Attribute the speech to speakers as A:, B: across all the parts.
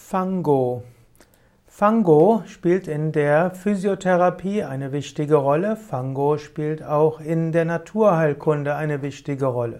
A: Fango. Fango spielt in der Physiotherapie eine wichtige Rolle. Fango spielt auch in der Naturheilkunde eine wichtige Rolle.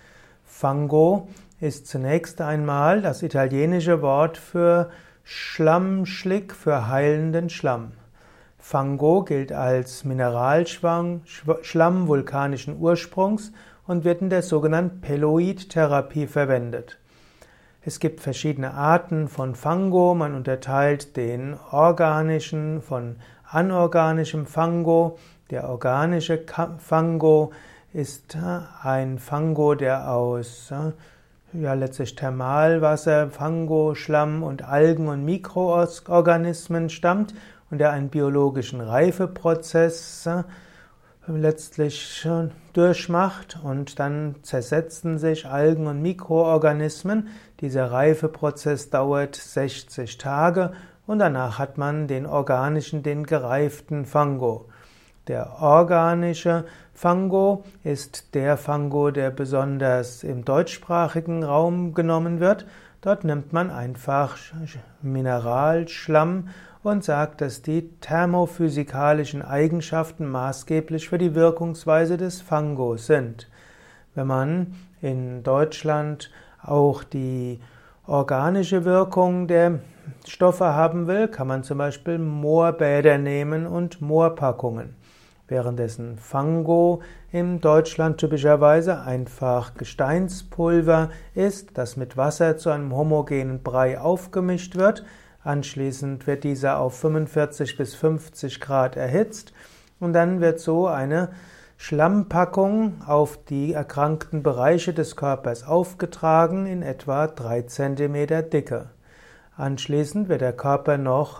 A: Fango ist zunächst einmal das italienische Wort für Schlammschlick, für heilenden Schlamm. Fango gilt als Mineralschlamm vulkanischen Ursprungs und wird in der sogenannten Pelloid-Therapie verwendet. Es gibt verschiedene Arten von Fango. Man unterteilt den organischen von anorganischem Fango. Der organische Fango ist ein Fango, der aus letztlich Thermalwasser, Fango, Schlamm und Algen und Mikroorganismen stammt und der einen biologischen Reifeprozess letztlich durchmacht, und dann zersetzen sich Algen und Mikroorganismen. Dieser Reifeprozess dauert 60 Tage und danach hat man den organischen, den gereiften Fango. Der organische Fango ist der Fango, der besonders im deutschsprachigen Raum genommen wird. Dort nimmt man einfach Mineralschlamm und sagt, dass die thermophysikalischen Eigenschaften maßgeblich für die Wirkungsweise des Fangos sind. Wenn man in Deutschland auch die organische Wirkung der Stoffe haben will, kann man zum Beispiel Moorbäder nehmen und Moorpackungen. Währenddessen Fango in Deutschland typischerweise einfach Gesteinspulver ist, das mit Wasser zu einem homogenen Brei aufgemischt wird. Anschließend wird dieser auf 45 bis 50 Grad erhitzt und dann wird so eine Schlammpackung auf die erkrankten Bereiche des Körpers aufgetragen in etwa 3 cm Dicke. Anschließend wird der Körper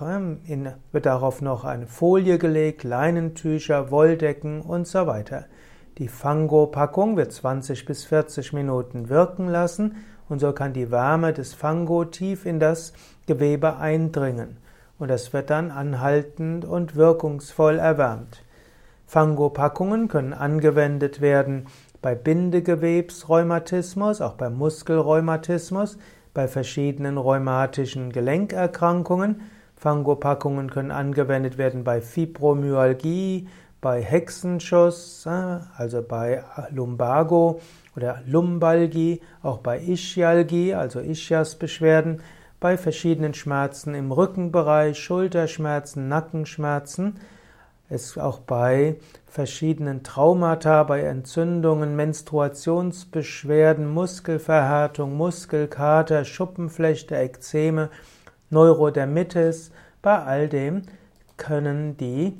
A: wird darauf noch eine Folie gelegt, Leinentücher, Wolldecken und so weiter. Die Fango-Packung wird 20 bis 40 Minuten wirken lassen und so kann die Wärme des Fango tief in das Gewebe eindringen. Und das wird dann anhaltend und wirkungsvoll erwärmt. Fango-Packungen können angewendet werden bei Bindegewebsrheumatismus, auch bei Muskelrheumatismus, bei verschiedenen rheumatischen Gelenkerkrankungen. Fango-Packungen können angewendet werden bei Fibromyalgie, bei Hexenschuss, also bei Lumbago oder Lumbalgie, auch bei Ischialgie, also Ischiasbeschwerden, bei verschiedenen Schmerzen im Rückenbereich, Schulterschmerzen, Nackenschmerzen, auch bei verschiedenen Traumata, bei Entzündungen, Menstruationsbeschwerden, Muskelverhärtung, Muskelkater, Schuppenflechte, Ekzeme, Neurodermitis. Bei all dem können die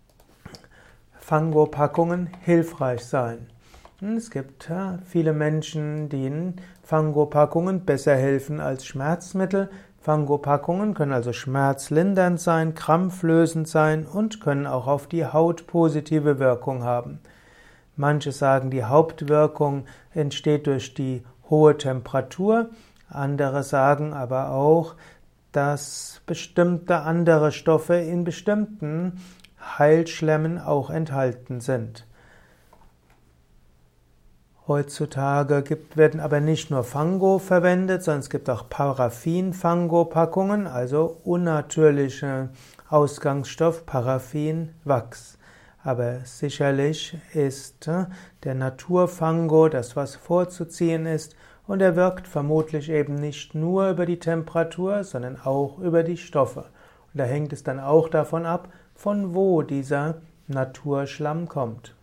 A: Fango-Packungen hilfreich sein. Es gibt viele Menschen, denen Fango-Packungen besser helfen als Schmerzmittel. Fango-Packungen können also schmerzlindernd sein, krampflösend sein und können auch auf die Haut positive Wirkung haben. Manche sagen, die Hauptwirkung entsteht durch die hohe Temperatur. Andere sagen aber auch, dass bestimmte andere Stoffe in bestimmten Heilschlemmen auch enthalten sind. Heutzutage werden aber nicht nur Fango verwendet, sondern es gibt auch Paraffin-Fango-Packungen, also unnatürlicher Ausgangsstoff, Paraffin-Wachs. Aber sicherlich ist der Naturfango das, was vorzuziehen ist, und er wirkt vermutlich eben nicht nur über die Temperatur, sondern auch über die Stoffe. Und da hängt es dann auch davon ab, von wo dieser Naturschlamm kommt.